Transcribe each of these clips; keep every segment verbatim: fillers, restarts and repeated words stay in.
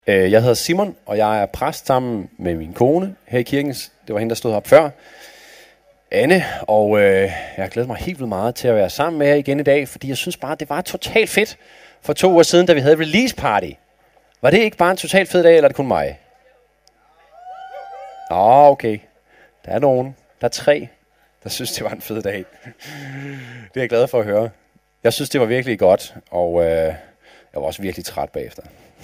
Jeg hedder Simon, og jeg er præst sammen med min kone her i kirken. Det var hende, der stod heroppe før. Anne, og øh, jeg har glædet mig helt vildt meget til at være sammen med jer igen i dag, fordi jeg synes bare, det var totalt fedt for to uger siden, da vi havde release party. Var det ikke bare en totalt fed dag, eller er det kun mig? Åh, okay. Der er nogen. Der er tre, der synes, det var en fed dag. Det er jeg glad for at høre. Jeg synes, det var virkelig godt, og øh, jeg var også virkelig træt bagefter.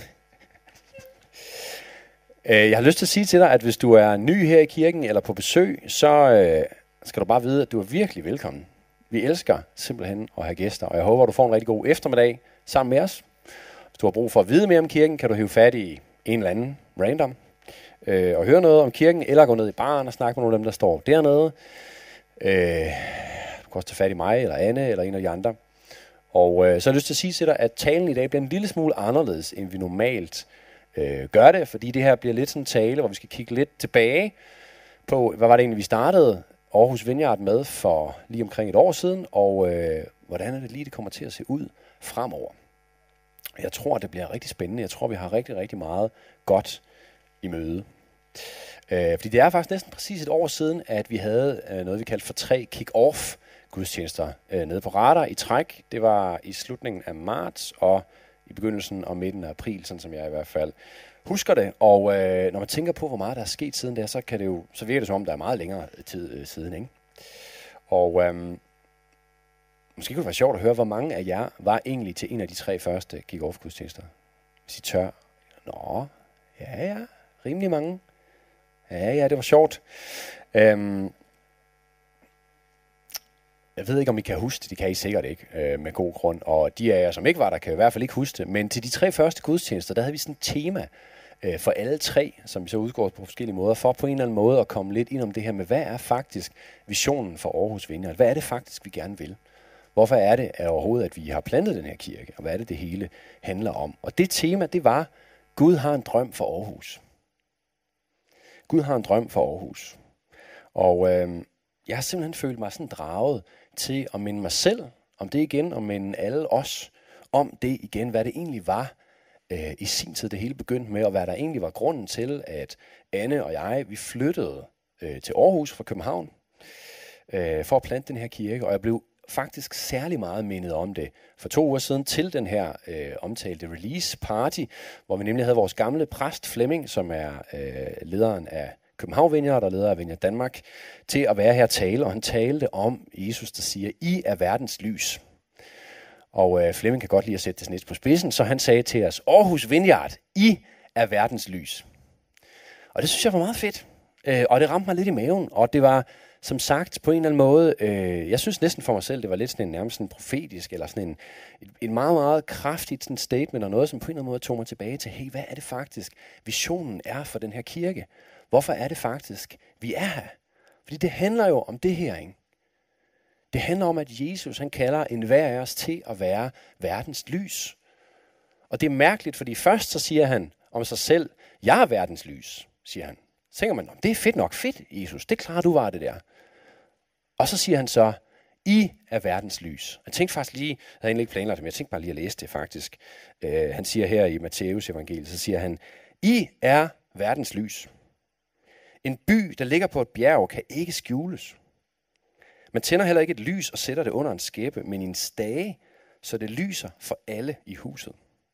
Jeg har lyst til at sige til dig, at hvis du er ny her i kirken eller på besøg, så øh, skal du bare vide, at du er virkelig velkommen. Vi elsker simpelthen at have gæster, og jeg håber, at du får en rigtig god eftermiddag sammen med os. Hvis du har brug for at vide mere om kirken, kan du hive fat i en eller anden random øh, og høre noget om kirken, eller gå ned i baren og snakke med nogle af dem, der står dernede. Øh, du kan også tage fat i mig, eller Anne, eller en af de andre. Og øh, så har jeg lyst til at sige til dig, at talen i dag bliver en lille smule anderledes, end vi normalt øh, gør det, fordi det her bliver lidt sådan en tale, hvor vi skal kigge lidt tilbage på, hvad var det egentlig, vi startede Aarhus Vineyard med for lige omkring et år siden, og øh, hvordan er det lige, det kommer til at se ud fremover. Jeg tror, det bliver rigtig spændende. Jeg tror, vi har rigtig, rigtig meget godt i møde. Øh, fordi det er faktisk næsten præcis et år siden, at vi havde øh, noget, vi kaldte for tre kick-off gudstjenester øh, nede på Radar i træk. Det var i slutningen af marts og i begyndelsen og midten af april, sådan som jeg i hvert fald husker det. Og øh, når man tænker på, hvor meget der er sket siden der, så kan det jo, så virker det som om, der er meget længere tid øh, siden, ikke? Og øh, måske kunne det være sjovt at høre, hvor mange af jer var egentlig til en af de tre første kick-off gudstjenester. Hvis I tør. Nå, ja, ja, rimelig mange. Ja, ja, det var sjovt. Øhm, jeg ved ikke, om I kan huske det. Det kan I sikkert ikke, øh, med god grund. Og de af jer, som ikke var der, kan i hvert fald ikke huske det. Men til de tre første gudstjenester, der havde vi sådan et tema øh, for alle tre, som vi så udgår på forskellige måder, for på en eller anden måde at komme lidt ind om det her med, hvad er faktisk visionen for Aarhus Vineyard? Hvad er det faktisk, vi gerne vil? Hvorfor er det at overhovedet, at vi har plantet den her kirke? Og hvad er det, det hele handler om? Og det tema, det var, Gud har en drøm for Aarhus. Gud har en drøm for Aarhus. Og øh, jeg har simpelthen følt mig sådan draget til at minde mig selv om det igen, og minde alle os om det igen, hvad det egentlig var øh, i sin tid, det hele begyndte med, og hvad der egentlig var grunden til, at Anne og jeg, vi flyttede øh, til Aarhus fra København øh, for at plante den her kirke, og jeg blev faktisk særlig meget mindet om det for to uger siden til den her øh, omtalte release party, hvor vi nemlig havde vores gamle præst Flemming, som er øh, lederen af København Vineyard og leder af Vineyard Danmark, til at være her og tale, og han talte om Jesus, der siger, I er verdens lys. Og øh, Flemming kan godt lide at sætte det sådan lidt på spidsen, så han sagde til os, Aarhus Vineyard, I er verdens lys. Og det synes jeg var meget fedt, øh, og det ramte mig lidt i maven, og det var som sagt, på en eller anden måde, øh, jeg synes næsten for mig selv, det var lidt sådan en nærmest sådan profetisk, eller sådan en, en meget, meget kraftigt sådan statement, og noget, som på en eller anden måde tog mig tilbage til, hey, hvad er det faktisk, visionen er for den her kirke? Hvorfor er det faktisk, vi er her? Fordi det handler jo om det her, ikke? Det handler om, at Jesus, han kalder enhver af os til at være verdens lys. Og det er mærkeligt, fordi først så siger han om sig selv, jeg er verdens lys, siger han. Så tænker man, det er fedt nok, fedt, Jesus, det klarer du var det der. Og så siger han så, I er verdens lys. Jeg tænkte faktisk lige, jeg havde egentlig ikke planlagt det, men jeg tænkte bare lige at læse det faktisk. Uh, han siger her i Matthæus evangeliet, så siger han, I er verdens lys. En by, der ligger på et bjerg, kan ikke skjules. Man tænder heller ikke et lys og sætter det under en skæppe, men i en stage, så det lyser for alle i huset.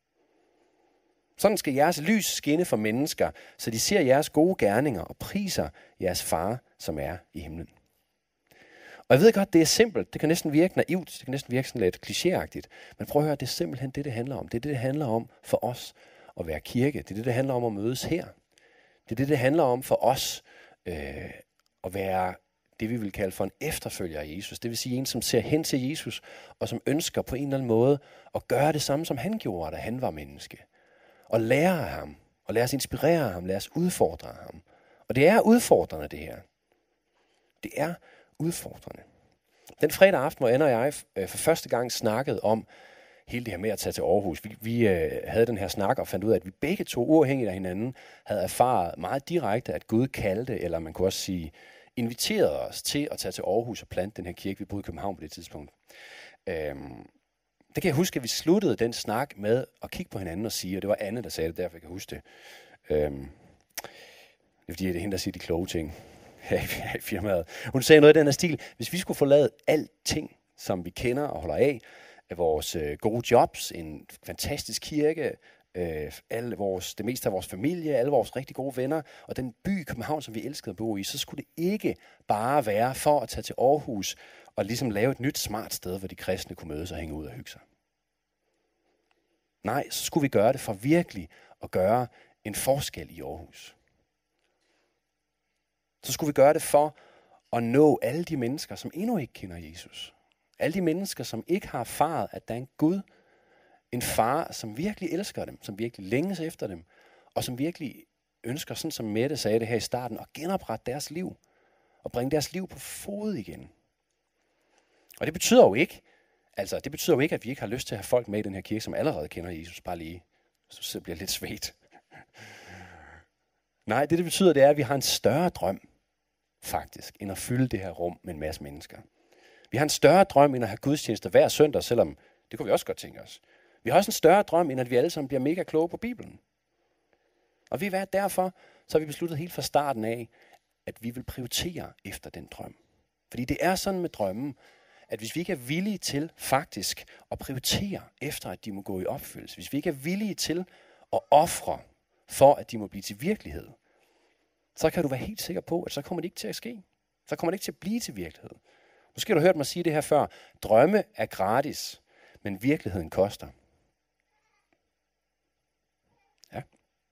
Sådan skal jeres lys skinne for mennesker, så de ser jeres gode gerninger og priser jeres far, som er i himlen. Og jeg ved godt, det er simpelt. Det kan næsten virke naivt. Det kan næsten virke sådan lidt klichéagtigt. Men prøv at høre, det er simpelthen det, det handler om. Det er det, det handler om for os at være kirke. Det er det, det handler om at mødes her. Det er det, det handler om for os øh, at være det, vi vil kalde for en efterfølger af Jesus. Det vil sige en, som ser hen til Jesus, og som ønsker på en eller anden måde at gøre det samme, som han gjorde, da han var menneske. Og lære af ham, og lade os inspirere ham, lade os udfordre ham. Og det er udfordrende, det her. Det er udfordrende. Den fredag aften, hvor Anna og jeg for første gang snakkede om hele det her med at tage til Aarhus. Vi, vi øh, havde den her snak og fandt ud af, at vi begge to, uafhængigt af hinanden, havde erfaret meget direkte, at Gud kaldte, eller man kunne også sige, inviterede os til at tage til Aarhus og plante den her kirke. Vi boede i København på det tidspunkt. Øhm, Det kan jeg huske, at vi sluttede den snak med at kigge på hinanden og sige, og det var Anne, der sagde det, derfor jeg kan huske det. Øhm, det er fordi, det er hende, der siger de kloge ting her i firmaet. Hun sagde noget i den her stil. Hvis vi skulle forlade alting, som vi kender og holder af, af vores øh, gode jobs, en fantastisk kirke, øh, alle vores, det meste af vores familie, alle vores rigtig gode venner, og den by København, som vi elskede at bo i, så skulle det ikke bare være for at tage til Aarhus og ligesom lave et nyt smart sted, hvor de kristne kunne mødes og hænge ud og hygge sig. Nej, så skulle vi gøre det for virkelig at gøre en forskel i Aarhus. Så skulle vi gøre det for at nå alle de mennesker, som endnu ikke kender Jesus. Alle de mennesker, som ikke har erfaret, at der er en Gud, en far, som virkelig elsker dem, som virkelig længes efter dem, og som virkelig ønsker, sådan som Mette sagde det her i starten, at genoprette deres liv, og bringe deres liv på fod igen. Og det betyder jo ikke, altså det betyder jo ikke, at vi ikke har lyst til at have folk med i den her kirke, som allerede kender Jesus, bare lige, så det bliver lidt svedt. Nej, det det betyder, det er, at vi har en større drøm, faktisk, end at fylde det her rum med en masse mennesker. Vi har en større drøm, end at have gudstjenester hver søndag, selvom det kunne vi også godt tænke os. Vi har også en større drøm, end at vi alle sammen bliver mega kloge på Bibelen. Og ved I hvad, derfor så har vi besluttet helt fra starten af, at vi vil prioritere efter den drøm. Fordi det er sådan med drømmen, at hvis vi ikke er villige til faktisk at prioritere efter, at de må gå i opfyldelse, hvis vi ikke er villige til at ofre for, at de må blive til virkelighed, så kan du være helt sikker på, at så kommer det ikke til at ske. Så kommer det ikke til at blive til virkelighed. Måske har du hørt mig sige det her før. Drømme er gratis, men virkeligheden koster. Ja.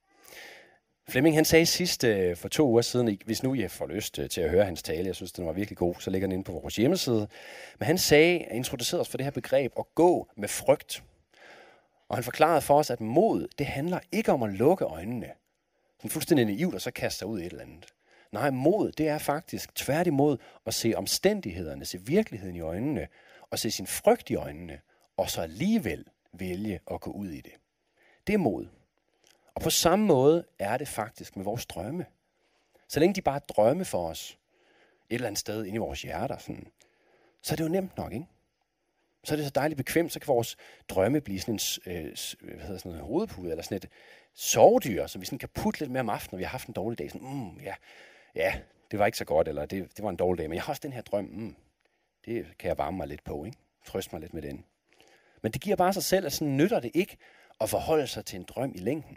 Flemming han sagde sidst øh, for to uger siden, hvis nu I får lyst øh, til at høre hans tale, jeg synes, den var virkelig god, så ligger den inde på vores hjemmeside. Men han sagde, introducerede os for det her begreb, at gå med frygt. Og han forklarede for os, at mod, det handler ikke om at lukke øjnene. Sådan fuldstændig naivt, og så kaste sig ud i et eller andet. Nej, mod, det er faktisk tværtimod at se omstændighederne, se virkeligheden i øjnene, og se sin frygt i øjnene, og så alligevel vælge at gå ud i det. Det er mod. Og på samme måde er det faktisk med vores drømme. Så længe de bare drømme for os, et eller andet sted inde i vores hjerter, sådan, så er det jo nemt nok, ikke? Så er det så dejligt bekvemt, så kan vores drømme blive sådan en, øh, hvad hedder sådan en hovedpude, eller sådan et sovedyr, som vi sådan kan putte lidt mere om aftenen, når vi har haft en dårlig dag. Sådan, mm, ja, ja, det var ikke så godt, eller det, det var en dårlig dag, men jeg har også den her drøm, mm, det kan jeg varme mig lidt på, ikke? Trøste mig lidt med den. Men det giver bare sig selv, at sådan nytter det ikke at forholde sig til en drøm i længden.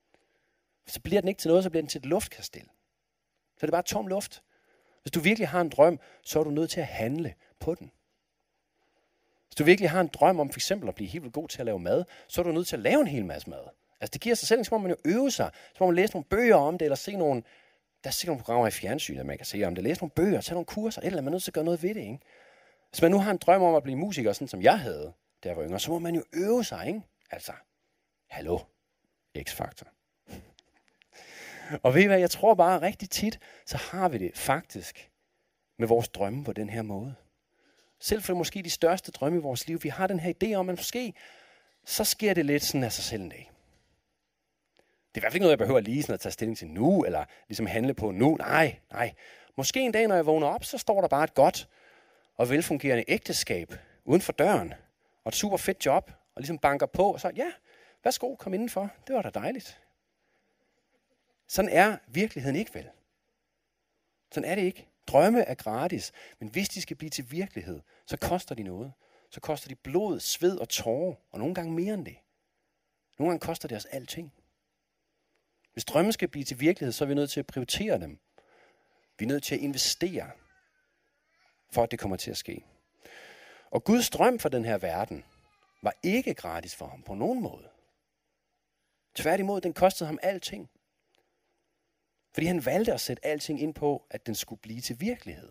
Så bliver den ikke til noget, så bliver den til et luftkastel. Så er det bare tom luft. Hvis du virkelig har en drøm, så er du nødt til at handle på den. Hvis du virkelig har en drøm om for eksempel at blive helt vildt god til at lave mad, så er du nødt til at lave en hel masse mad. Altså det giver sig selv, så må man jo øve sig, så må man læse nogle bøger om det, eller se nogle, der er sikkert nogle programmer i fjernsynet, man kan se om det, læse nogle bøger, tage nogle kurser, eller man er nødt til at gøre noget ved det, ikke? Hvis man nu har en drøm om at blive musiker, sådan som jeg havde, da jeg var yngre, så må man jo øve sig, ikke? Altså, hallo, X-Factor. Og ved I hvad, jeg tror bare rigtig tit, så har vi det faktisk med vores drømme på den her måde. Selv for måske de største drømme i vores liv, vi har den her idé om, at måske, så sker det lidt sådan af sig selv en dag. Det er i hvert fald ikke noget, jeg behøver lige sådan at tage stilling til nu, eller ligesom handle på nu. Nej, nej. Måske en dag, når jeg vågner op, så står der bare et godt og velfungerende ægteskab uden for døren, og et super fedt job, og ligesom banker på, og så, ja, værsgo, kom indenfor. Det var da dejligt. Sådan er virkeligheden ikke vel. Sådan er det ikke. Drømme er gratis, men hvis de skal blive til virkelighed, så koster de noget. Så koster de blod, sved og tårer, og nogle gange mere end det. Nogle gange koster det os alting. Hvis drømme skal blive til virkelighed, så er vi nødt til at prioritere dem. Vi er nødt til at investere, for at det kommer til at ske. Og Guds drøm for den her verden var ikke gratis for ham på nogen måde. Tværtimod, den kostede ham alting. Fordi han valgte at sætte alting ind på, at den skulle blive til virkelighed.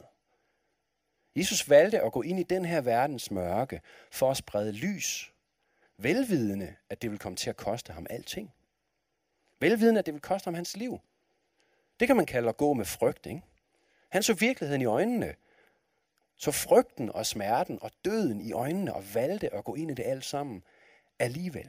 Jesus valgte at gå ind i den her verdens mørke for at sprede lys. Velvidende, at det ville komme til at koste ham alting. Velvidende, at det ville koste ham hans liv. Det kan man kalde at gå med frygt, ikke? Han så virkeligheden i øjnene. Så frygten og smerten og døden i øjnene og valgte at gå ind i det alt sammen alligevel.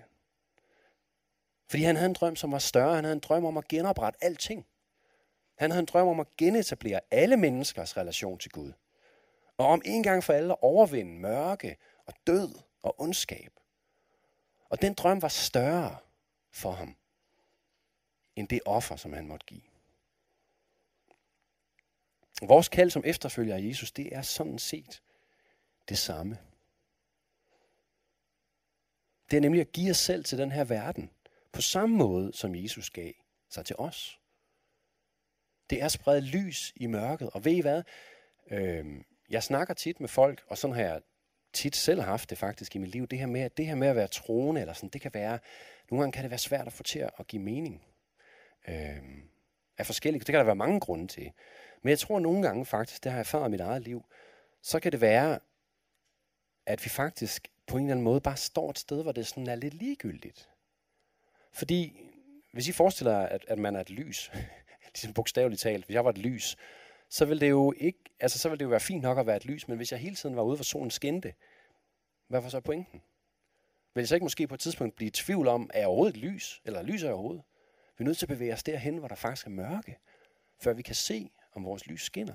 Fordi han havde en drøm, som var større. Han havde en drøm om at genoprette alting. Han havde en drøm om at genetablere alle menneskers relation til Gud. Og om en gang for alle at overvinde mørke og død og ondskab. Og den drøm var større for ham, end det offer, som han måtte give. Vores kald som efterfølger af Jesus, det er sådan set det samme. Det er nemlig at give os selv til den her verden, på samme måde som Jesus gav sig til os. Det er at sprede lys i mørket, og ved I hvad? Øh, jeg snakker tit med folk, og sådan har jeg tit selv haft det faktisk i mit liv, det her med, det her med at være troende, eller sådan, det kan være, nogle gange kan det være svært at få til at give mening. Øh, af forskellige, det kan der være mange grunde til. Men jeg tror nogle gange faktisk, det har jeg erfaret i mit eget liv, så kan det være, at vi faktisk på en eller anden måde bare står et sted, hvor det sådan er lidt ligegyldigt. Fordi, hvis I forestiller jer, at, at man er et lys, ligesom bogstaveligt talt, hvis jeg var et lys, så ville det jo ikke, altså så ville det jo være fint nok at være et lys, men hvis jeg hele tiden var ude, hvor solen skinte, hvad var så pointen? Vil jeg så ikke måske på et tidspunkt blive i tvivl om, er jeg overhovedet et lys, eller lyser jeg overhovedet? Vi er nødt til at bevæge os derhen, hvor der faktisk er mørke, før vi kan se, om vores lys skinner.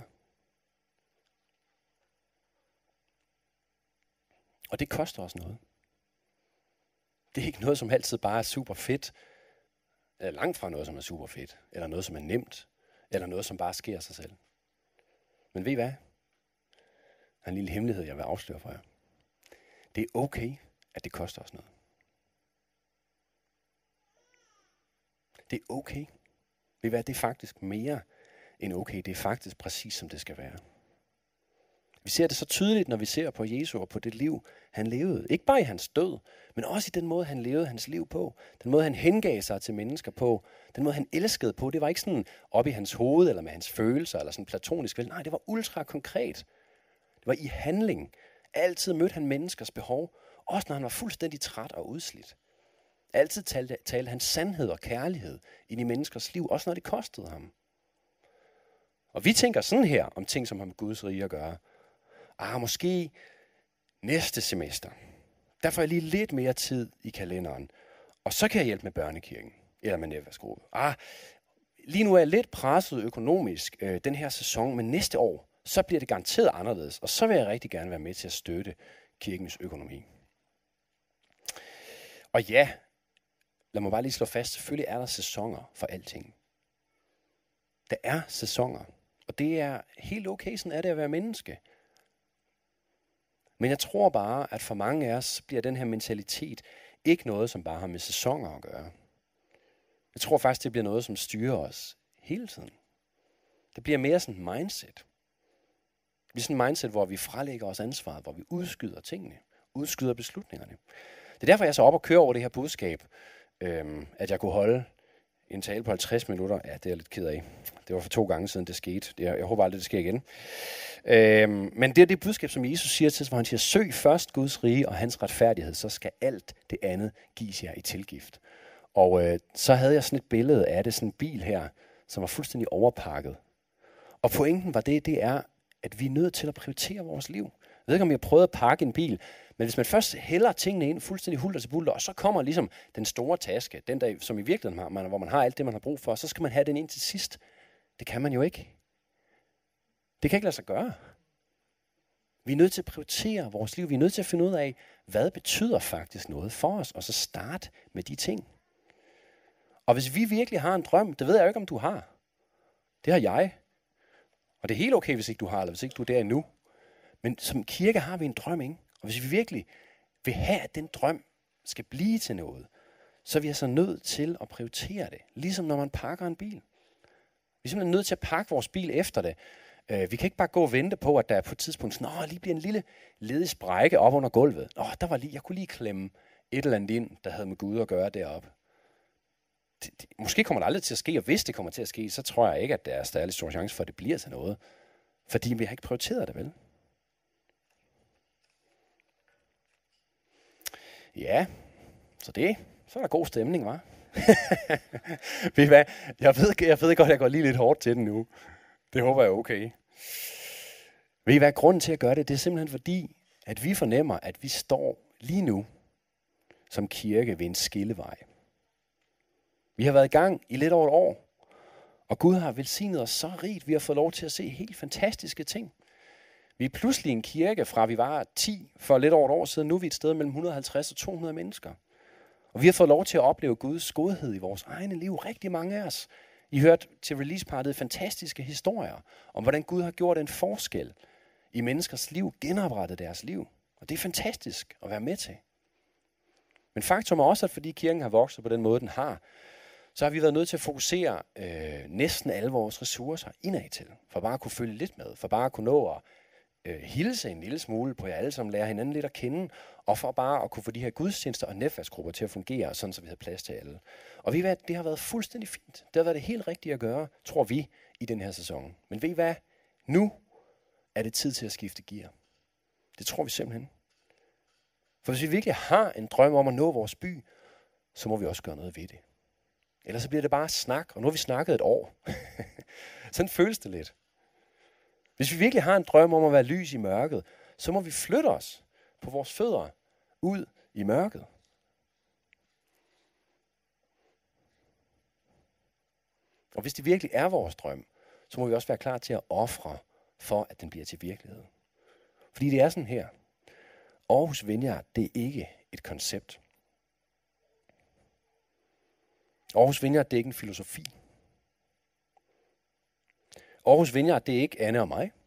Og det koster os noget. Det er ikke noget, som altid bare er super fedt, eller langt fra noget, som er super fedt, eller noget, som er nemt, eller noget, som bare sker af sig selv. Men ved I hvad? Der er en lille hemmelighed, jeg vil afsløre for jer. Det er okay, at det koster os noget. Det er okay. Ved I hvad? Det er faktisk mere end okay. Det er faktisk præcis, som det skal være. Vi ser det så tydeligt, når vi ser på Jesus og på det liv, han levede. Ikke bare i hans død, men også i den måde, han levede hans liv på. Den måde, han hengav sig til mennesker på. Den måde, han elskede på. Det var ikke sådan op i hans hoved, eller med hans følelser, eller sådan platonisk vel. Nej, det var ultra konkret. Det var i handling. Altid mødte han menneskers behov, også når han var fuldstændig træt og udslidt. Altid talte, talte han sandhed og kærlighed ind i menneskers liv, også når det kostede ham. Og vi tænker sådan her om ting, som har med Guds rige at gøre. Ah, måske næste semester. Der får jeg lige lidt mere tid i kalenderen. Og så kan jeg hjælpe med børnekirken. Eller med netværksgruppe. Ah, lige nu er jeg lidt presset økonomisk øh, den her sæson, men næste år, så bliver det garanteret anderledes. Og så vil jeg rigtig gerne være med til at støtte kirkens økonomi. Og ja, lad mig bare lige slå fast, selvfølgelig er der sæsoner for alting. Der er sæsoner. Og det er helt okay, sådan er det at være menneske. Men jeg tror bare, at for mange af os bliver den her mentalitet ikke noget, som bare har med sæsoner at gøre. Jeg tror faktisk, det bliver noget, som styrer os hele tiden. Det bliver mere sådan en mindset. Det bliver sådan en mindset, hvor vi frelægger os ansvaret, hvor vi udskyder tingene, udskyder beslutningerne. Det er derfor, jeg er så op og kører over det her budskab, øhm, at jeg kunne holde en tale på halvtreds minutter. Ja, det er jeg lidt ked af. Det var for to gange siden, det skete. Jeg, jeg håber aldrig, det sker igen. Øhm, men det er det budskab, som Jesus siger til os, hvor han siger, søg først Guds rige og hans retfærdighed, så skal alt det andet gives jer i tilgift. Og øh, så havde jeg sådan et billede af det, sådan en bil her, som var fuldstændig overpakket. Og pointen var det, det er, at vi er nødt til at prioritere vores liv. Jeg ved ikke, om jeg har prøvet at pakke en bil, men hvis man først hælder tingene ind fuldstændig hulter til bulter, og så kommer ligesom den store taske, den der, som i virkeligheden har, man, hvor man har alt det, man har brug for, så skal man have den ind til sidst. Det kan man jo ikke. Det kan ikke lade sig gøre. Vi er nødt til at prioritere vores liv. Vi er nødt til at finde ud af, hvad betyder faktisk noget for os, og så starte med de ting. Og hvis vi virkelig har en drøm, det ved jeg jo ikke, om du har. Det har jeg. Og det er helt okay, hvis ikke du har, eller hvis ikke du er der endnu. Men som kirke har vi en drøm, ikke? Og hvis vi virkelig vil have, at den drøm skal blive til noget, så er vi altså nødt til at prioritere det. Ligesom når man pakker en bil. Vi er simpelthen nødt til at pakke vores bil efter det. Vi kan ikke bare gå og vente på, at der på et tidspunkt sådan, Nå, lige bliver en lille ledig sprække op under gulvet. Nå, der var lige, jeg kunne lige klemme et eller andet ind, der havde med Gud at gøre deroppe. Det, det, måske kommer det aldrig til at ske, og hvis det kommer til at ske, så tror jeg ikke, at der er særlig stor chance for, at det bliver til noget. Fordi vi har ikke prioriteret det, vel? Ja, så det, så er der god stemning, hva'? Ved I hvad? Jeg ved, jeg ved godt, at jeg går lige lidt hårdt til den nu. Det håber jeg er okay. Ved I hvad? Grunden til at gøre det, det er simpelthen fordi, at vi fornemmer, at vi står lige nu som kirke ved en skillevej. Vi har været i gang i lidt over et år, og Gud har velsignet os så rigt. Vi har fået lov til at se helt fantastiske ting. Vi er pludselig en kirke fra, vi var ti for lidt over et år siden. Nu er vi et sted mellem et hundrede og halvtreds og to hundrede mennesker. Og vi har fået lov til at opleve Guds godhed i vores egne liv. Rigtig mange af os. I hørte til releasepartiet fantastiske historier om, hvordan Gud har gjort en forskel i menneskers liv, genoprettet deres liv. Og det er fantastisk at være med til. Men faktum er også, at fordi kirken har vokset på den måde, den har, så har vi været nødt til at fokusere øh, næsten alle vores ressourcer indad til. For bare at kunne følge lidt med. For bare at kunne nå at øh, hilse en lille smule på jer alle sammen, lære hinanden lidt at kende. Og for bare at kunne få de her gudstjenester og netværksgrupper til at fungere, sådan så vi havde plads til alle. Og ved I hvad, det har været fuldstændig fint. Det har været det helt rigtige at gøre, tror vi, i den her sæson. Men ved I hvad, nu er det tid til at skifte gear. Det tror vi simpelthen. For hvis vi virkelig har en drøm om at nå vores by, så må vi også gøre noget ved det. Ellers så bliver det bare snak, og nu har vi snakket et år. Sådan føles det lidt. Hvis vi virkelig har en drøm om at være lys i mørket, så må vi flytte os på vores fødder ud i mørket. Og hvis det virkelig er vores drøm, så må vi også være klar til at ofre for, at den bliver til virkelighed. Fordi det er sådan her. Aarhus Vineyard, det er ikke et koncept. Aarhus Vineyard, det er ikke en filosofi. Aarhus Vineyard, det er ikke Anne og mig.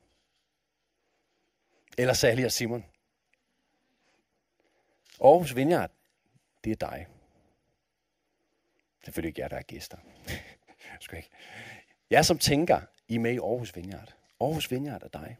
Eller Sally og Simon. Aarhus Vineyard, det er dig. Selvfølgelig ikke jer, der er gæster. Skal ikke. Jeg som tænker, I er med i Aarhus Vineyard. Aarhus Vineyard er dig.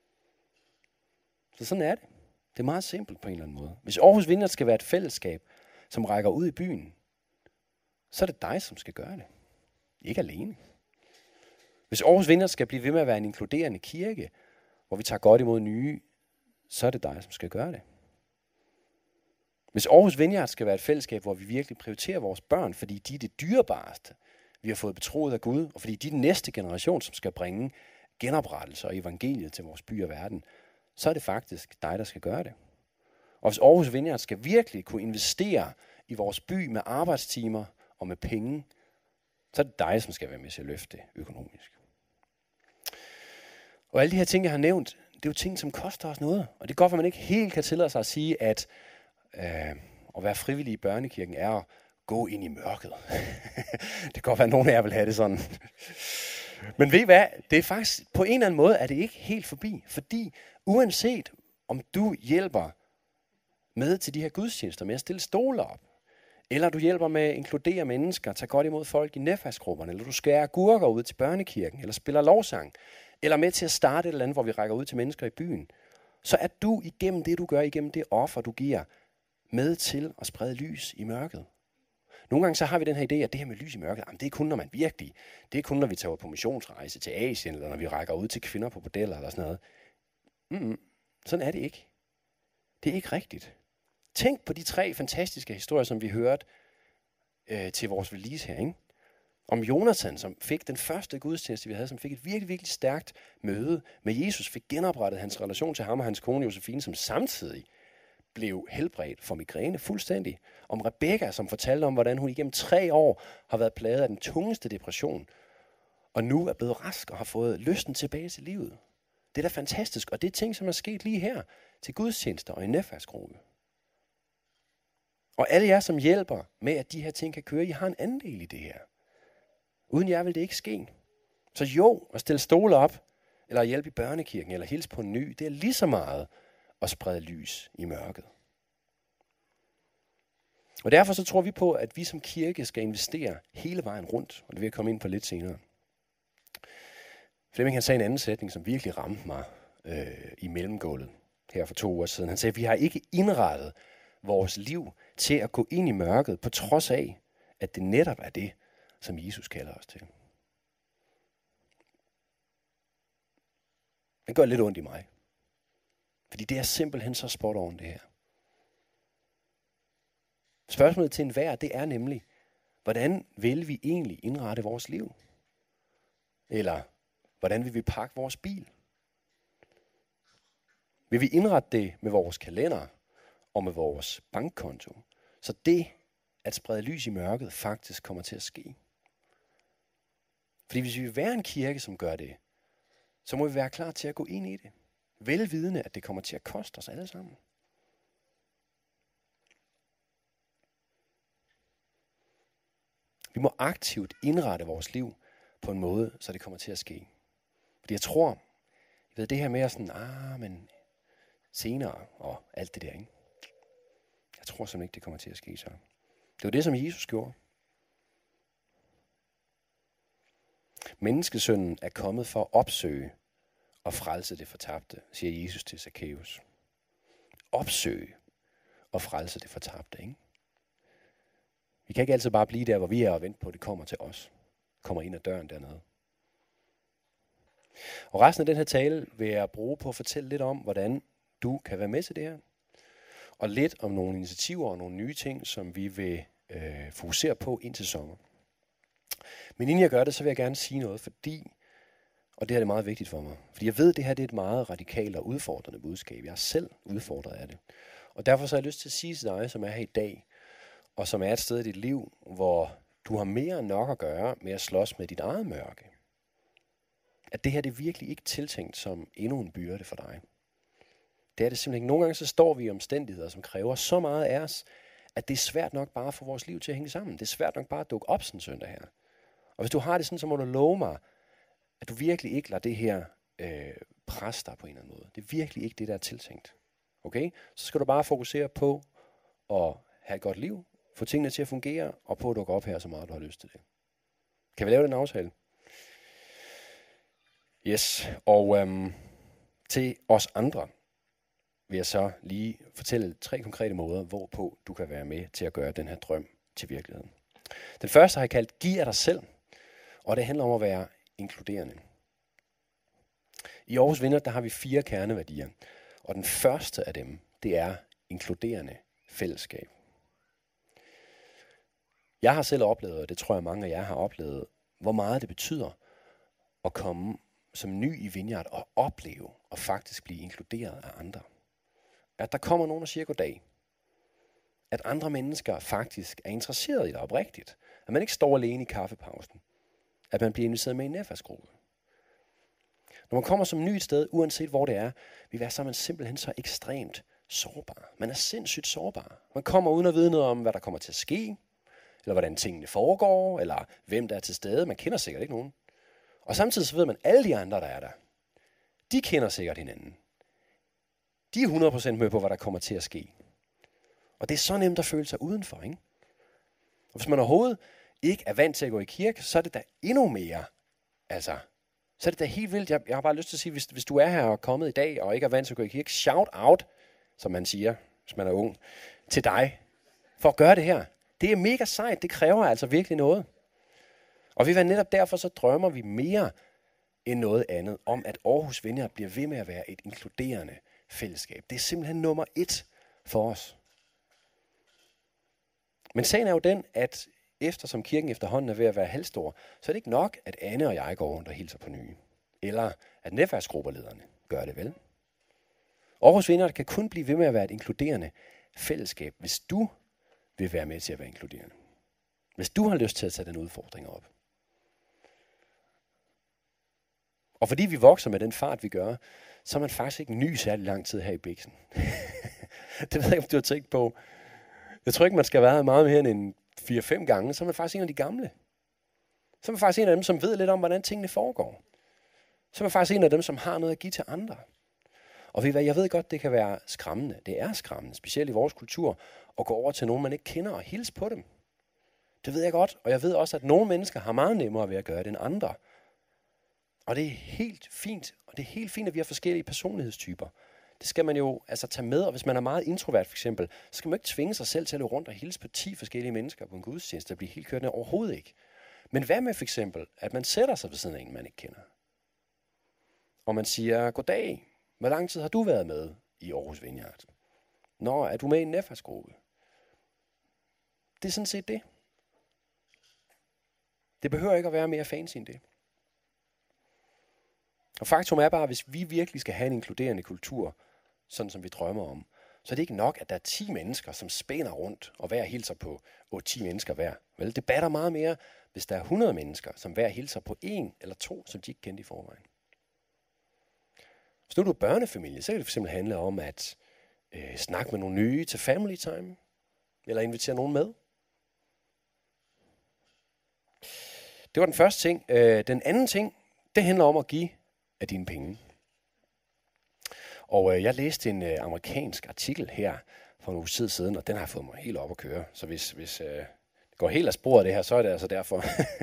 Så sådan er det. Det er meget simpelt på en eller anden måde. Hvis Aarhus Vineyard skal være et fællesskab, som rækker ud i byen, så er det dig, som skal gøre det. Ikke alene. Hvis Aarhus Vineyard skal blive ved med at være en inkluderende kirke, hvor vi tager godt imod nye, så er det dig, som skal gøre det. Hvis Aarhus Vineyard skal være et fællesskab, hvor vi virkelig prioriterer vores børn, fordi de er det dyrebareste, vi har fået betroet af Gud, og fordi de er den næste generation, som skal bringe genoprettelse og evangeliet til vores by og verden, så er det faktisk dig, der skal gøre det. Og hvis Aarhus Vineyard skal virkelig kunne investere i vores by med arbejdstimer og med penge, så er det dig, som skal være med til at løfte det økonomisk. Og alle de her ting, jeg har nævnt, det er jo ting, som koster os noget. Og det er godt, at man ikke helt kan tillade sig at sige, at øh, at være frivillig i børnekirken er at gå ind i mørket. Det kan godt være, at nogen af jer vil have det sådan. Men ved I hvad? Det er faktisk, på en eller anden måde, er det ikke helt forbi. Fordi uanset om du hjælper med til de her gudstjenester med at stille stole op, eller du hjælper med at inkludere mennesker, tage godt imod folk i netværksgrupperne, eller du skærer agurker ud til børnekirken, eller spiller lovsang, eller med til at starte et eller andet, hvor vi rækker ud til mennesker i byen, så er du igennem det, du gør, igennem det offer, du giver, med til at sprede lys i mørket. Nogle gange så har vi den her idé, at det her med lys i mørket, jamen det er kun, når man virkelig, det er kun, når vi tager på missionsrejse til Asien, eller når vi rækker ud til kvinder på bordeller, eller sådan noget. Mm-mm. Sådan er det ikke. Det er ikke rigtigt. Tænk på de tre fantastiske historier, som vi hørte øh, til vores release her, ikke? Om Jonathan, som fik den første gudstjeneste, vi havde, som fik et virkelig, virkelig stærkt møde med Jesus, fik genoprettet hans relation til ham og hans kone Josefine, som samtidig blev helbredt for migræne fuldstændig. Om Rebecca, som fortalte om, hvordan hun igennem tre år har været plaget af den tungeste depression, og nu er blevet rask og har fået lysten tilbage til livet. Det er da fantastisk, og det er ting, som er sket lige her til gudstjenester og i netværksgruppe. Og alle jer, som hjælper med, at de her ting kan køre, I har en andel i det her. Uden jer vil det ikke ske. Så jo, at stille stole op, eller at hjælpe i børnekirken, eller hilse på en ny, det er lige så meget at sprede lys i mørket. Og derfor så tror vi på, at vi som kirke skal investere hele vejen rundt, og det vil jeg komme ind på lidt senere. Flemming han sagde en anden sætning, som virkelig ramte mig øh, i mellemgulvet her for to uger siden. Han sagde, at vi har ikke indrettet vores liv til at gå ind i mørket, på trods af, at det netop er det, som Jesus kalder os til. Det gør lidt ondt i mig. Fordi det er simpelthen så spot on det her. Spørgsmålet til enhver, det er nemlig, hvordan vil vi egentlig indrette vores liv? Eller hvordan vil vi pakke vores bil? Vil vi indrette det med vores kalender og med vores bankkonto? Så det at sprede lys i mørket faktisk kommer til at ske. Fordi hvis vi vil være en kirke, som gør det, så må vi være klar til at gå ind i det. Velvidende, at det kommer til at koste os alle sammen. Vi må aktivt indrette vores liv på en måde, så det kommer til at ske. Fordi jeg tror, jeg ved det her med at sådan, ah, men senere og alt det der, ikke? Jeg tror simpelthen ikke, det kommer til at ske så. Det var det, som Jesus gjorde. Menneskesønnen er kommet for at opsøge og frelse det fortabte, siger Jesus til Zacchaeus. Opsøge og frelse det fortabte, ikke? Vi kan ikke altid bare blive der, hvor vi er og vente på, at det kommer til os. Kommer ind ad døren dernede. Og resten af den her tale vil jeg bruge på at fortælle lidt om, hvordan du kan være med til det her. Og lidt om nogle initiativer og nogle nye ting, som vi vil øh, fokusere på indtil sommer. Men inden jeg gør det, så vil jeg gerne sige noget, fordi, og det her er meget vigtigt for mig, fordi jeg ved, at det her det er et meget radikalt og udfordrende budskab. Jeg er selv udfordret af det. Og derfor så har jeg lyst til at sige til dig, som er her i dag, og som er et sted i dit liv, hvor du har mere end nok at gøre med at slås med dit eget mørke. At det her det er virkelig ikke tiltænkt som endnu en byrde for dig. Det er det simpelthen ikke. Nogle gange så står vi i omstændigheder, som kræver så meget af os, at det er svært nok bare at få vores liv til at hænge sammen. Det er svært nok bare at dukke op sådan en søndag her. Og hvis du har det sådan, så må du love mig, at du virkelig ikke lader det her øh, presse dig på en eller anden måde. Det er virkelig ikke det, der er tiltænkt. Okay? Så skal du bare fokusere på at have et godt liv, få tingene til at fungere, og på at dukke op her så meget, du har lyst til det. Kan vi lave den aftale? Yes. Og øhm, til os andre vil jeg så lige fortælle tre konkrete måder, hvorpå du kan være med til at gøre den her drøm til virkeligheden. Den første har jeg kaldt, giv af dig selv. Og det handler om at være inkluderende. I Aarhus Vineyard, der har vi fire kerneværdier. Og den første af dem, det er inkluderende fællesskab. Jeg har selv oplevet, og det tror jeg mange af jer har oplevet, hvor meget det betyder at komme som ny i Vineyard og opleve og faktisk blive inkluderet af andre. At der kommer nogen og siger goddag. At andre mennesker faktisk er interesseret i dig oprigtigt. At man ikke står alene i kaffepausen. At man bliver inviteret med i en netværksgruppe. Når man kommer som ny et sted, uanset hvor det er, vil være så man simpelthen så ekstremt sårbar. Man er sindssygt sårbar. Man kommer uden at vide noget om, hvad der kommer til at ske, eller hvordan tingene foregår, eller hvem der er til stede. Man kender sikkert ikke nogen. Og samtidig så ved man, at alle de andre, der er der, de kender sikkert hinanden. De er hundrede procent med på, hvad der kommer til at ske. Og det er så nemt at føle sig udenfor, ikke? Og hvis man overhovedet ikke er vant til at gå i kirke, så er det da endnu mere. Altså, så er det da helt vildt. Jeg, jeg har bare lyst til at sige, hvis, hvis du er her og kommet i dag, og ikke er vant til at gå i kirke, shout out, som man siger, hvis man er ung, til dig, for at gøre det her. Det er mega sejt. Det kræver altså virkelig noget. Og vi vil netop derfor, så drømmer vi mere end noget andet om, at Aarhus Vineyard bliver ved med at være et inkluderende fællesskab. Det er simpelthen nummer et for os. Men sagen er jo den, at eftersom kirken efterhånden er ved at være halvstor, så er det ikke nok, at Anne og jeg går rundt og hilser på nye. Eller at netværksgruppelederne gør det vel. Aarhus Vineyard kan kun blive ved med at være et inkluderende fællesskab, hvis du vil være med til at være inkluderende. Hvis du har lyst til at tage den udfordring op. Og fordi vi vokser med den fart, vi gør, så er man faktisk ikke ny særlig lang tid her i Biksen. Det ved jeg ikke, om du har tænkt på. Jeg tror ikke, man skal være meget mere end fire fem gange, så er man faktisk en af de gamle. Så er man faktisk en af dem, som ved lidt om, hvordan tingene foregår. Så er man faktisk en af dem, som har noget at give til andre. Og ved I hvad, jeg ved godt, det kan være skræmmende. Det er skræmmende, specielt i vores kultur, at gå over til nogen, man ikke kender og hilse på dem. Det ved jeg godt, og jeg ved også, at nogle mennesker har meget nemmere ved at gøre det end andre. Og det er helt fint, og det er helt fint, at vi har forskellige personlighedstyper. Det skal man jo altså tage med, og hvis man er meget introvert for eksempel, så skal man ikke tvinge sig selv til at løbe rundt og hilse på ti forskellige mennesker på en gudstjeneste, der bliver helt kørt ned overhovedet ikke. Men hvad med for eksempel, at man sætter sig ved siden af en, man ikke kender? Og man siger, goddag, hvor lang tid har du været med i Aarhus Vineyard? Nå, er du med i en netværksgruppe? Det er sådan set det. Det behøver ikke at være mere fancy end det. Og faktum er bare, at hvis vi virkelig skal have en inkluderende kultur, sådan som vi drømmer om, så er det ikke nok, at der er ti mennesker, som spænder rundt, og hver hilser på otte ti mennesker hver. Vel, det batter meget mere, hvis der er hundrede mennesker, som hver hilser på en eller to, som de ikke kendte i forvejen. Hvis nu du er børnefamilie, så kan det fx handle om at øh, snakke med nogle nye til family time, eller invitere nogen med. Det var den første ting. Øh, den anden ting, det handler om at give af dine penge. Og øh, jeg læste en øh, amerikansk artikel her for en uge tid siden, og den har fået mig helt op at køre. Så hvis, hvis øh, det går helt af sporet det her, så er det altså derfor.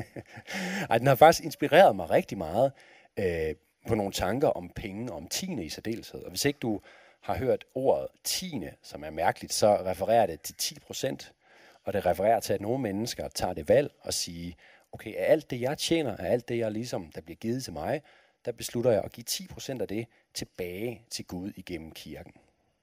Ej, den har faktisk inspireret mig rigtig meget øh, på nogle tanker om penge og om tiende i særdeleshed. Og hvis ikke du har hørt ordet tiende, som er mærkeligt, så refererer det til ti procent. Og det refererer til, at nogle mennesker tager det valg og siger, okay, af alt det, jeg tjener, af alt det, jeg ligesom, der bliver givet til mig, der beslutter jeg at give ti procent af det tilbage til Gud igennem kirken.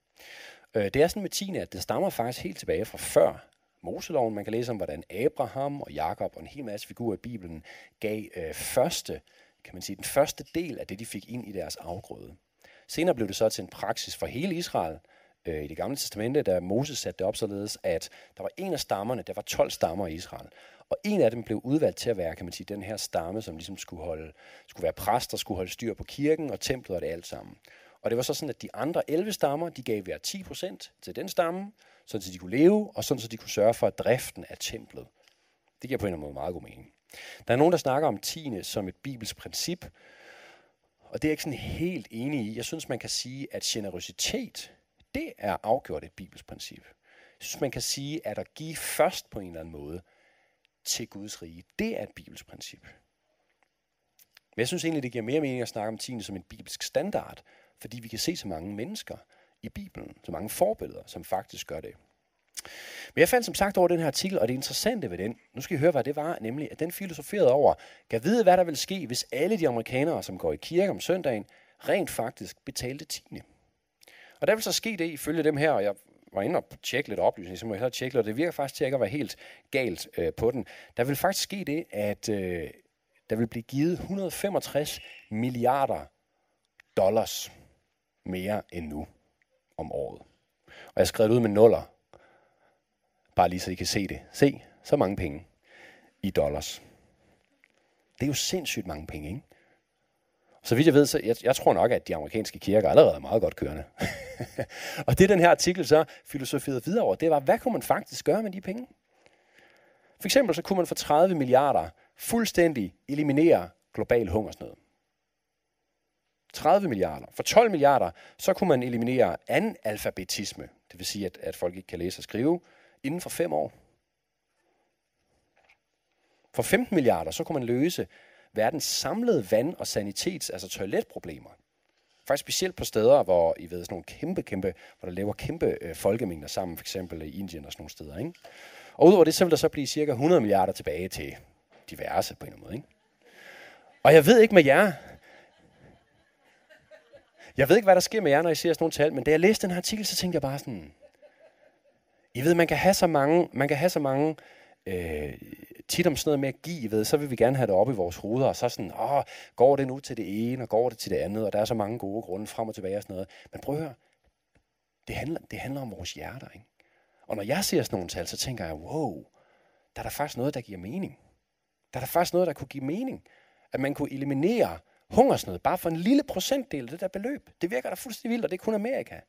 Det er sådan med tiende, at det stammer faktisk helt tilbage fra før Moseloven. Man kan læse om, hvordan Abraham og Jakob og en hel masse figurer i Bibelen gav øh, første, kan man sige, den første del af det, de fik ind i deres afgrøde. Senere blev det så til en praksis for hele Israel øh, i det gamle testamente, da Moses satte det op således, at der var en af stammerne, der var tolv stammer i Israel. Og en af dem blev udvalgt til at være, kan man sige, den her stamme, som ligesom skulle, holde, skulle være præster, skulle holde styr på kirken og templet og det alt sammen. Og det var så sådan, at de andre elleve stammer, de gav hver ti procent til den stamme, sådan så de kunne leve, og sådan så de kunne sørge for driften af templet. Det giver på en eller anden måde meget god mening. Der er nogen, der snakker om tiende som et bibelsk princip, og det er jeg ikke sådan helt enig i. Jeg synes, man kan sige, at generøsitet, det er afgjort et bibelsk princip. Jeg synes, man kan sige, at at give først på en eller anden måde til Guds rige, det er et bibelsk princip. Men jeg synes egentlig, det giver mere mening at snakke om tiende som en bibelsk standard, fordi vi kan se så mange mennesker i Bibelen, så mange forbilleder, som faktisk gør det. Men jeg fandt som sagt over den her artikel, og det interessante ved den, nu skal I høre, hvad det var, nemlig at den filosoferede over, kan vide, hvad der vil ske, hvis alle de amerikanere, som går i kirke om søndagen, rent faktisk betalte tiende. Og der vil så ske det ifølge dem her, og jeg var inde og tjekke lidt oplysning, så må jeg hellere tjekke, og det virker faktisk til ikke at være helt galt øh, på den. Der vil faktisk ske det, at øh, der vil blive givet et hundrede og femogtres milliarder dollars mere end nu om året. Og jeg har skrevet ud med nuller, bare lige så I kan se det. Se, så mange penge i dollars. Det er jo sindssygt mange penge, ikke? Så vidt jeg ved, så jeg, jeg tror nok, at de amerikanske kirker allerede er meget godt kørende. Og det den her artikel så filosoferede videre over, det var, hvad kunne man faktisk gøre med de penge? For eksempel så kunne man for tredive milliarder fuldstændig eliminere global hungersnød. tredive milliarder. For tolv milliarder, så kunne man eliminere analfabetisme. Det vil sige, at, at folk ikke kan læse og skrive inden for fem år. For femten milliarder, så kunne man løse verdens samlede vand- og sanitets, altså toiletproblemer. Faktisk specielt på steder, hvor I ved, sådan nogle kæmpe, kæmpe, hvor der lever kæmpe øh, folkemængder sammen, for eksempel i Indien og sådan nogle steder, ikke? Og udover det, så vil der så blive cirka hundrede milliarder tilbage til diverse på en eller anden måde, ikke? Og jeg ved ikke med jer, jeg ved ikke, hvad der sker med jer, når I ser sådan nogle tal, men da jeg læste den her artikel, så tænkte jeg bare sådan, I ved, man kan have så mange, man kan have så mange, øh, tit om sådan noget med at give, I ved, så vil vi gerne have det op i vores hoveder, og så sådan, åh, går det nu til det ene, og går det til det andet, og der er så mange gode grunde frem og tilbage og sådan noget. Men prøv at høre, det handler, det handler om vores hjerter, ikke? Og når jeg ser sådan nogle tal, så tænker jeg, wow, der er der faktisk noget, der giver mening. Der er der faktisk noget, der kunne give mening. At man kunne eliminere hungersnød bare for en lille procentdel af det der beløb. Det virker da fuldstændig vildt, og det er kun Amerika.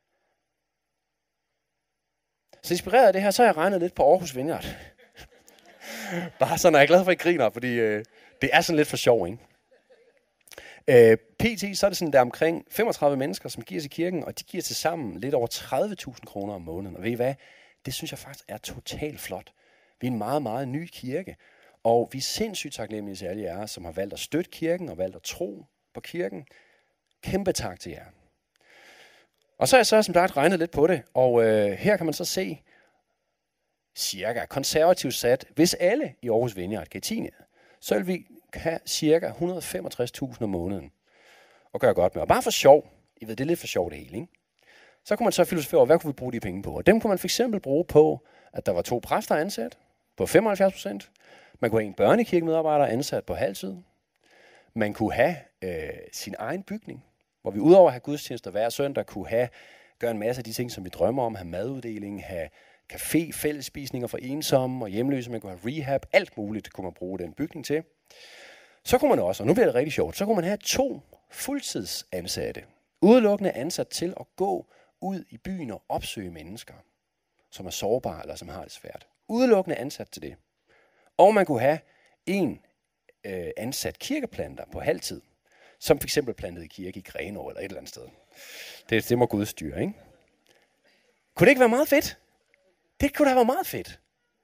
Så inspireret af det her, så har jeg regnet lidt på Aarhus Vineyard. Bare sådan, at jeg er glad for, at I griner, fordi øh, det er sådan lidt for sjov, ikke? Øh, P T, så er det sådan, der er omkring femogtredive mennesker, som giver til kirken, og de giver til sammen lidt over tredive tusind kroner om måneden. Og ved I hvad? Det synes jeg faktisk er totalt flot. Vi er en meget, meget ny kirke, og vi er sindssygt taknemmelige til alle jer, som har valgt at støtte kirken og valgt at tro på kirken. Kæmpe tak til jer. Og så har jeg så som sagt regnet lidt på det, og øh, her kan man så se cirka konservativt sat, hvis alle i Aarhus Vineyard gav tiende, så vil vi have cirka et hundrede og femogtres tusind om måneden og gøre godt med. Og bare for sjov, I ved, det er lidt for sjov det hele, ikke? Så kunne man så filosofere over, hvad kunne vi bruge de penge på? Og dem kunne man for eksempel bruge på, at der var to præster ansat på femoghalvfjerds procent. Man kunne have en børnekirkemedarbejder ansat på halvtid. Man kunne have øh, sin egen bygning, hvor vi udover at have gudstjenester hver søndag, kunne have, gøre en masse af de ting, som vi drømmer om, have maduddeling, have café, fællesspisninger for ensomme og hjemløse, man kunne have rehab, alt muligt kunne man bruge den bygning til. Så kunne man også, og nu bliver det rigtig sjovt, så kunne man have to fuldtidsansatte, udelukkende ansat til at gå ud i byen og opsøge mennesker, som er sårbare eller som har det svært. Udelukkende ansat til det. Og man kunne have en øh, ansat kirkeplanter på halvtid, som for eksempel plantede kirke i Grenaa eller et eller andet sted. Det, det må Gud styre, ikke? Kunne det ikke være meget fedt? Det kunne da være meget fedt.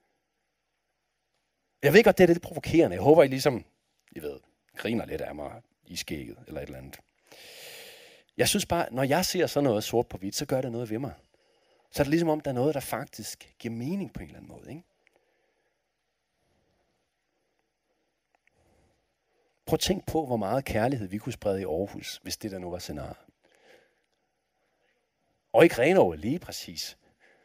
Jeg ved godt, det er lidt provokerende. Jeg håber, I ligesom, I ved, griner lidt af mig i skægget eller et eller andet. Jeg synes bare, når jeg ser sådan noget sort på hvidt, så gør det noget ved mig. Så er det ligesom om, der er noget, der faktisk giver mening på en eller anden måde, ikke? Prøv at tænk på, hvor meget kærlighed vi kunne sprede i Aarhus, hvis det der nu var scenariet. Og i Grenaa lige præcis.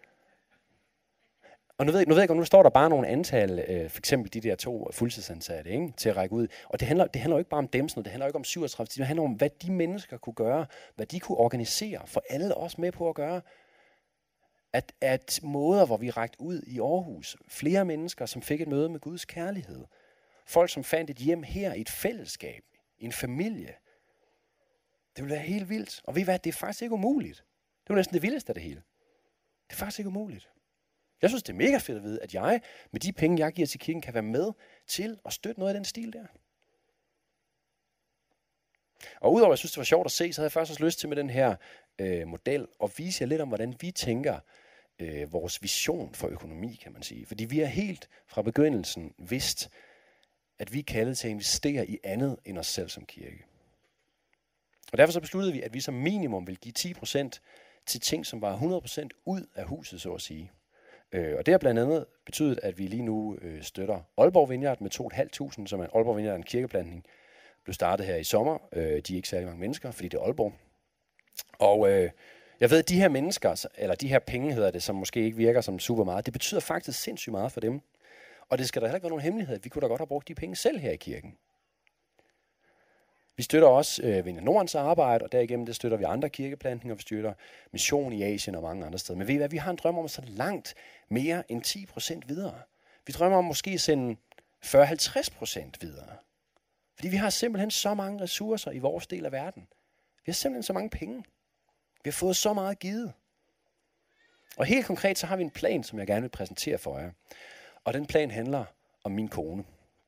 Og nu ved, jeg, nu ved jeg ikke, om nu står der bare nogle antal, øh, for eksempel de der to fuldtidsansatte, ikke, til at række ud. Og det handler, det handler jo ikke bare om dem, sådan noget, det handler jo ikke om syvogtredive timer, det handler om, hvad de mennesker kunne gøre, hvad de kunne organisere, for alle os med på at gøre. At, at måder, hvor vi rækte ud i Aarhus, flere mennesker, som fik et møde med Guds kærlighed. Folk, som fandt et hjem her i et fællesskab, i en familie. Det ville være helt vildt. Og ved I hvad, det er faktisk ikke umuligt. Det er næsten det vildeste af det hele. Det er faktisk ikke umuligt. Jeg synes, det er mega fedt at vide, at jeg med de penge, jeg giver til kirken, kan være med til at støtte noget af den stil der. Og udover at jeg synes, det var sjovt at se, så havde jeg faktisk også lyst til med den her øh, model at vise jer lidt om, hvordan vi tænker øh, vores vision for økonomi, kan man sige. Fordi vi har helt fra begyndelsen vidst, at vi er kaldet til at investere i andet end os selv som kirke. Og derfor så besluttede vi, at vi som minimum vil give ti procent til ting, som var hundrede procent ud af huset, så at sige. Øh, og det har blandt andet betydet, at vi lige nu øh, støtter Aalborg Vineyard med to tusind fem hundrede, som er Aalborg Vineyard en kirkeplantning. Blev startet her i sommer. Øh, de er ikke særlig mange mennesker, fordi det er Aalborg. Og øh, jeg ved, at de her mennesker, eller de her penge hedder det, som måske ikke virker som super meget, det betyder faktisk sindssygt meget for dem. Og det skal der heller ikke være nogen hemmelighed. Vi kunne da godt have brugt de penge selv her i kirken. Vi støtter også øh, Vineyard Nordens arbejde, og derigennem det støtter vi andre kirkeplantninger. Vi støtter mission i Asien og mange andre steder. Men ved I hvad, vi har en drøm om at så langt mere end ti procent videre. Vi drømmer om måske at sende fyrre til halvtreds procent videre. Fordi vi har simpelthen så mange ressourcer i vores del af verden. Vi har simpelthen så mange penge. Vi har fået så meget givet. Og helt konkret så har vi en plan, som jeg gerne vil præsentere for jer. Og den plan handler om min kone.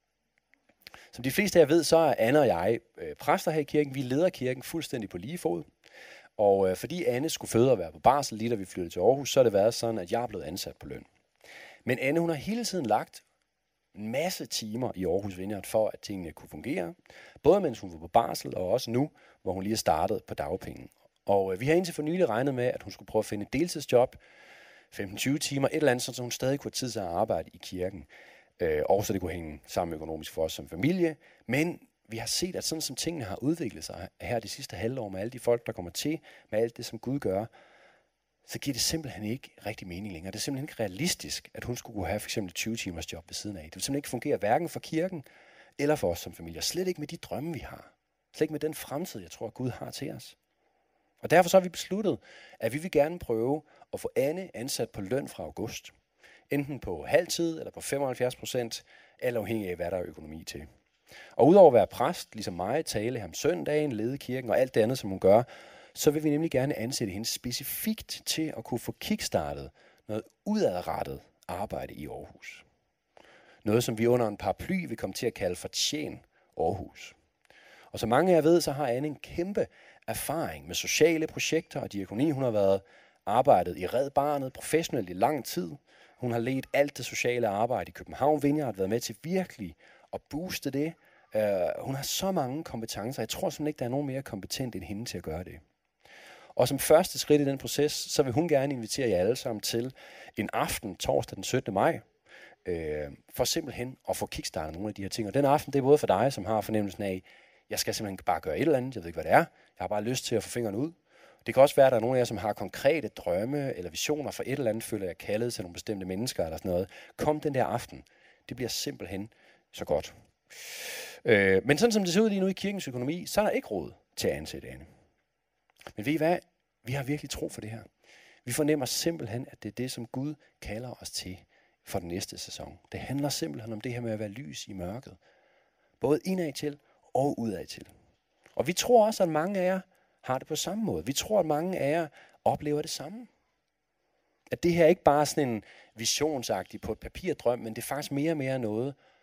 Som de fleste af jer ved, så er Anne og jeg øh, præster her i kirken. Vi leder kirken fuldstændig på lige fod. Og øh, fordi Anne skulle føde og være på barsel, lige da vi flyttede til Aarhus, så har det været sådan, at jeg er blevet ansat på løn. Men Anne, hun har hele tiden lagt en masse timer i Aarhus Vineyard for, at tingene kunne fungere. Både mens hun var på barsel, og også nu, hvor hun lige er startet på dagpenge. Og øh, vi har indtil for nylig regnet med, at hun skulle prøve at finde et deltidsjob, femten til tyve timer, et eller andet, så hun stadig kunne have tid til at arbejde i kirken. Øh, og så det kunne hænge sammen økonomisk for os som familie. Men vi har set, at sådan som tingene har udviklet sig her de sidste halvår, med alle de folk, der kommer til, med alt det, som Gud gør, så giver det simpelthen ikke rigtig mening længere. Det er simpelthen ikke realistisk, at hun skulle kunne have for eksempel tyve timers job ved siden af. Det vil simpelthen ikke fungere hverken for kirken eller for os som familie. Slet ikke med de drømme, vi har. Slet ikke med den fremtid, jeg tror, Gud har til os. Og derfor så har vi besluttet, at vi vil gerne prøve at få Anne ansat på løn fra august. Enten på halvtid eller på femoghalvfjerds procent, alt afhængig af, hvad der er økonomi til. Og udover at være præst, ligesom mig, tale ham søndagen, lede kirken og alt det andet, som hun gør, så vil vi nemlig gerne ansætte hende specifikt til at kunne få kickstartet noget udadrettet arbejde i Aarhus. Noget, som vi under en paraply vil komme til at kalde for Tjen Aarhus. Og som mange af jer ved, så har Anne en kæmpe erfaring med sociale projekter og diakoni. Hun har været arbejdet i Red Barnet professionelt i lang tid. Hun har ledt alt det sociale arbejde i København Vineyard, været med til virkelig at booste det. Uh, hun har så mange kompetencer. Jeg tror simpelthen ikke, der er nogen mere kompetent end hende til at gøre det. Og som første skridt i den proces, så vil hun gerne invitere jer alle sammen til en aften, torsdag den syttende maj, øh, for simpelthen at få kickstartet nogle af de her ting. Og den aften, det er både for dig, som har fornemmelsen af, jeg skal simpelthen bare gøre et eller andet, jeg ved ikke, hvad det er. Jeg har bare lyst til at få fingrene ud. Det kan også være, at der er nogle af jer, som har konkrete drømme eller visioner for et eller andet, føler jeg kaldet til nogle bestemte mennesker eller sådan noget. Kom den der aften. Det bliver simpelthen så godt. Øh, men sådan som det ser ud lige nu i kirkens økonomi, så er der ikke råd til at ansætte Anne. Men ved I hvad? Vi har virkelig tro for det her. Vi fornemmer simpelthen, at det er det, som Gud kalder os til for den næste sæson. Det handler simpelthen om det her med at være lys i mørket. Både indad til og udad til. Og vi tror også, at mange af jer har det på samme måde. Vi tror, at mange af jer oplever det samme. At det her ikke bare er sådan en visionsagtig på et papirdrøm, men det er faktisk mere og mere noget,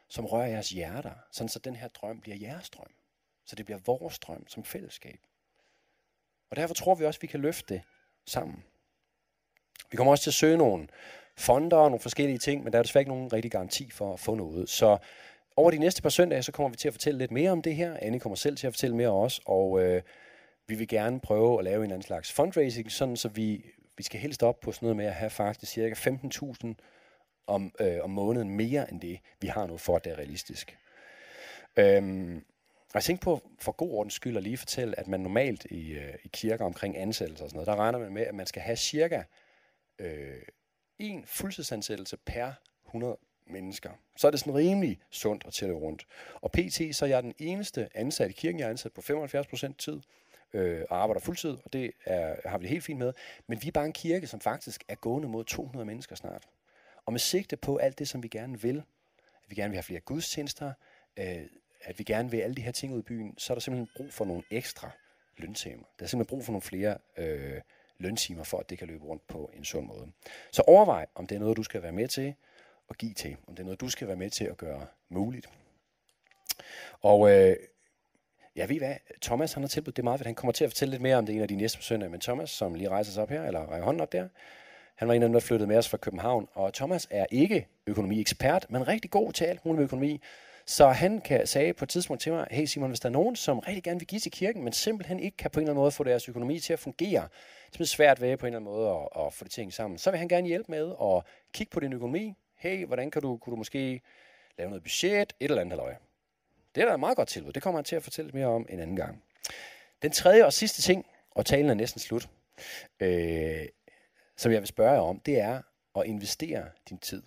som rører jeres hjerter, sådan så den her drøm bliver jeres drøm. Så det bliver vores drøm som fællesskab. Og derfor tror vi også, at vi kan løfte det sammen. Vi kommer også til at søge nogle fonder og nogle forskellige ting, men der er desværre ikke nogen rigtig garanti for at få noget. Så over de næste par søndage, så kommer vi til at fortælle lidt mere om det her. Annie kommer selv til at fortælle mere også, og øh, vi vil gerne prøve at lave en eller anden slags fundraising, sådan så vi, vi skal helst op på sådan noget med at have faktisk cirka femten tusind om, øh, om måneden mere end det, vi har nu, for at det er realistisk. Øhm, og jeg tænkte på, for god ordens skyld, at lige fortælle, at man normalt i, øh, i kirker omkring ansættelser og sådan noget, der regner man med, at man skal have cirka øh, en fuldtidsansættelse per hundrede mennesker. Så er det sådan rimelig sundt at tælle rundt. Og pt. Så er jeg den eneste ansat i kirken, jeg er ansat på femoghalvfjerds procent tid, øh, og arbejder fuldtid, og det er, har vi det helt fint med. Men vi er bare en kirke, som faktisk er gående mod to hundrede mennesker snart. Og med sigte på alt det, som vi gerne vil, at vi gerne vil have flere gudstjenester, øh, at vi gerne vil alle de her ting ud i byen, så er der simpelthen brug for nogle ekstra løntimer. Der er simpelthen brug for nogle flere øh, løntimer, for at det kan løbe rundt på en sund måde. Så overvej, om det er noget, du skal være med til at give til. Om det er noget, du skal være med til at gøre muligt. Og øh, jeg ved hvad, Thomas han har tilbudt det meget, han kommer til at fortælle lidt mere om det en af de næste søndage. Men Thomas, som lige rejser sig op her, eller rækker hånden op der, han var en af dem, der flyttede med os fra København. Og Thomas er ikke økonomiekspert, men rigtig god til alt muligt med økonomi. Så han kan sige på et tidspunkt til mig, hey Simon, hvis der er nogen, som rigtig gerne vil give til kirken, men simpelthen ikke kan på en eller anden måde få deres økonomi til at fungere, det er svært ved på en eller anden måde at, at få det ting sammen, så vil han gerne hjælpe med at kigge på din økonomi. Hey, hvordan kan du, kunne du måske lave noget budget, et eller andet halløj. Det er da et meget godt tilbud. Det kommer han til at fortælle mere om en anden gang. Den tredje og sidste ting, og talen er næsten slut, øh, som jeg vil spørge jer om, det er at investere din tid.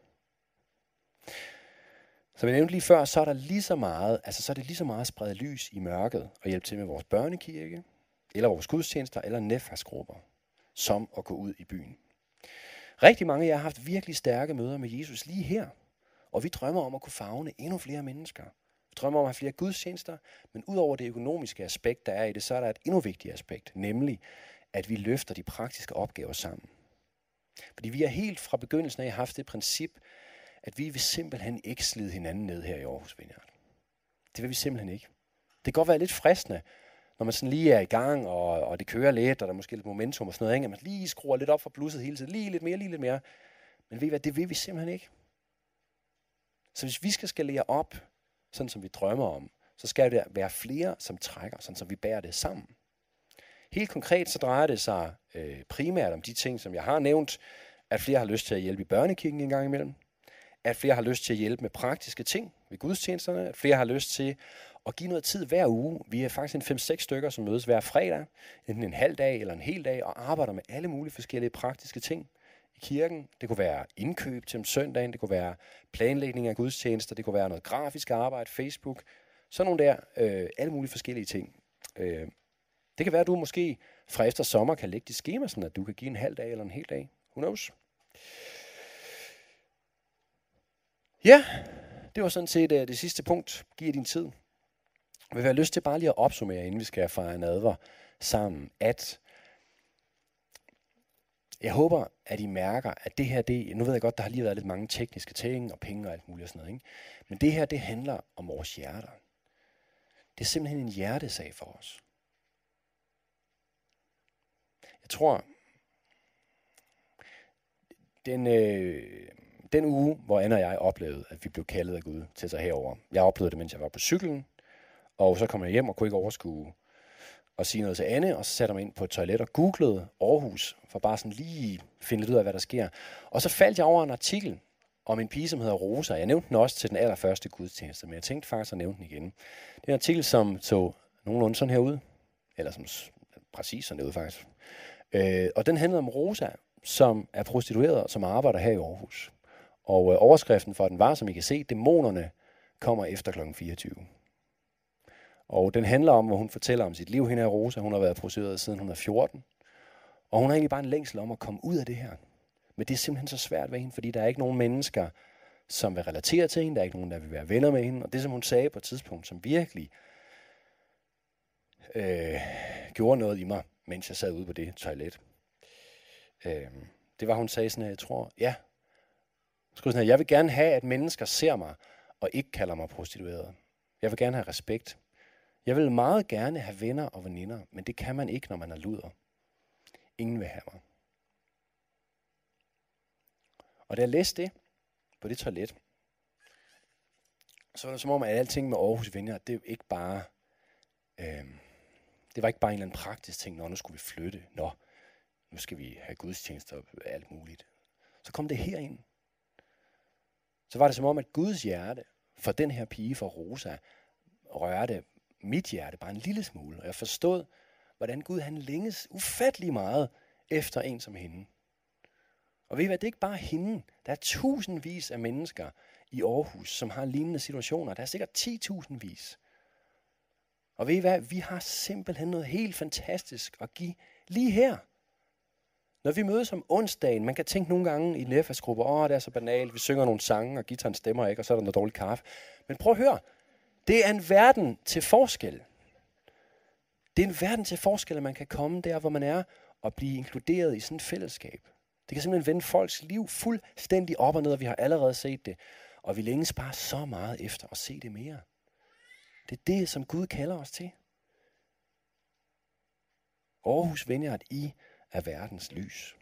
Som jeg nævnte lige før, så er der lige så meget, altså så er det lige så meget at sprede lys i mørket og hjælpe til med vores børnekirke, eller vores gudstjenester, eller netværksgrupper, som at gå ud i byen. Rigtig mange af jer har haft virkelig stærke møder med Jesus lige her, og vi drømmer om at kunne favne endnu flere mennesker. Vi drømmer om at have flere gudstjenester, men ud over det økonomiske aspekt, der er i det, så er der et endnu vigtigere aspekt, nemlig at vi løfter de praktiske opgaver sammen. Fordi vi har helt fra begyndelsen af haft det princip, at vi vil simpelthen ikke slide hinanden ned her i Aarhus Vineyard. Det vil vi simpelthen ikke. Det kan godt være lidt fristende, når man sådan lige er i gang, og, og det kører lidt, og der er måske lidt momentum og sådan noget, ikke? At man lige skruer lidt op for blusset hele tiden, lige lidt mere, lige lidt mere. Men ved I hvad, det vil vi simpelthen ikke. Så hvis vi skal skalere op, sådan som vi drømmer om, så skal det være flere, som trækker, sådan som vi bærer det sammen. Helt konkret så drejer det sig øh, primært om de ting, som jeg har nævnt, at flere har lyst til at hjælpe i børnekirken en gang imellem, at flere har lyst til at hjælpe med praktiske ting ved gudstjenesterne, at flere har lyst til at give noget tid hver uge. Vi er faktisk en fem seks stykker, som mødes hver fredag, enten en halv dag eller en hel dag, og arbejder med alle mulige forskellige praktiske ting i kirken. Det kunne være indkøb til om søndagen, det kunne være planlægning af gudstjenester, det kunne være noget grafisk arbejde, Facebook, sådan nogle der, øh, alle mulige forskellige ting. Øh, det kan være, at du måske fra efter sommer kan lægge dit skema, sådan at du kan give en halv dag eller en hel dag. Who knows? Ja, det var sådan set uh, det sidste punkt. Giv din tid. Jeg vil have lyst til bare lige at opsummere, inden vi skal fejre nadver sammen, at jeg håber, at I mærker, at det her, det, nu ved jeg godt, der har lige været lidt mange tekniske ting og penge og alt muligt og sådan noget, ikke? Men det her, det handler om vores hjerter. Det er simpelthen en hjertesag for os. Jeg tror, den, øh, den uge, hvor Anna og jeg oplevede, at vi blev kaldet af Gud til sig herover. Jeg oplevede det, mens jeg var på cyklen, og så kom jeg hjem og kunne ikke overskue at sige noget til Anne, og så satte jeg mig ind på et toilet og googlede Aarhus, for bare sådan lige finde lidt ud af, hvad der sker. Og så faldt jeg over en artikel om en pige, som hedder Rosa. Jeg nævnte den også til den allerførste gudstjeneste, men jeg tænkte faktisk at nævne den igen. Det er en artikel, som så nogenlunde sådan her ud, eller som præcis sådan ud faktisk. Øh, og den handlede om Rosa, som er prostitueret, som arbejder her i Aarhus. Og øh, overskriften for den var, som I kan se, dæmonerne kommer efter klokken fireogtyve. Og den handler om, hvor hun fortæller om sit liv. Hende er Rosa, hun har været prostitueret siden hun er fjorten. Og hun har egentlig bare en længsel om at komme ud af det her. Men det er simpelthen så svært ved hende, fordi der er ikke nogen mennesker, som vil relatere til hende. Der er ikke nogen, der vil være venner med hende. Og det, som hun sagde på et tidspunkt, som virkelig øh, gjorde noget i mig, mens jeg sad ude på det toilet. Øh, det var, hun sagde sådan her, jeg tror, ja. Sådan her, jeg vil gerne have, at mennesker ser mig og ikke kalder mig prostitueret. Jeg vil gerne have respekt. Jeg vil meget gerne have venner og veninder, men det kan man ikke, når man er luder. Ingen vil have mig. Og da jeg læste det på det toilet, så var det som om, at alting med Aarhus Vineyard, det er ikke bare, øh, det var ikke bare en eller anden praktisk ting, når nu skulle vi flytte, nå, nu skal vi have gudstjenester og alt muligt. Så kom det herind. Så var det som om, at Guds hjerte for den her pige, for Rosa, rørte mit hjerte bare en lille smule. Og jeg forstod, hvordan Gud han længes ufattelig meget efter en som hende. Og ved I hvad, det er ikke bare hende. Der er tusindvis af mennesker i Aarhus, som har lignende situationer. Der er sikkert ti tusindvis. Og ved I hvad, vi har simpelthen noget helt fantastisk at give lige her. Når vi mødes om onsdagen, man kan tænke nogle gange i netværksgrupper, åh, det er så banalt, vi synger nogle sange, og gitaren stemmer ikke, og så er der noget dårligt kaffe. Men prøv at høre, det er en verden til forskel. Det er en verden til forskel, at man kan komme der, hvor man er, og blive inkluderet i sådan et fællesskab. Det kan simpelthen vende folks liv fuldstændig op og ned, og vi har allerede set det. Og vi længes bare så meget efter at se det mere. Det er det, som Gud kalder os til. Aarhus Vineyard, I er verdens lys.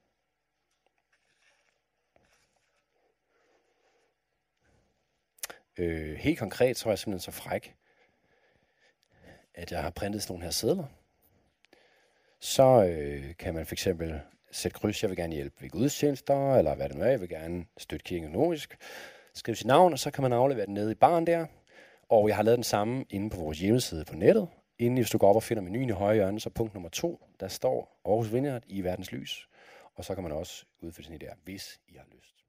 Øh, helt konkret, så var jeg simpelthen så fræk, at jeg har printet sådan nogle her sedler. Så øh, kan man for eksempel sætte kryds, jeg vil gerne hjælpe ved gudstjenester, eller hvad det nu er, jeg vil gerne støtte kirken økonomisk. Skriv sit navn, og så kan man aflevere den nede i baren der. Og jeg har lavet den samme inde på vores hjemmeside på nettet. Inden hvis du går op og finder menuen i højre hjørne, så punkt nummer to, der står Aarhus Vineyard, I verdens lys. Og så kan man også udfylde sådan et der, hvis I har lyst.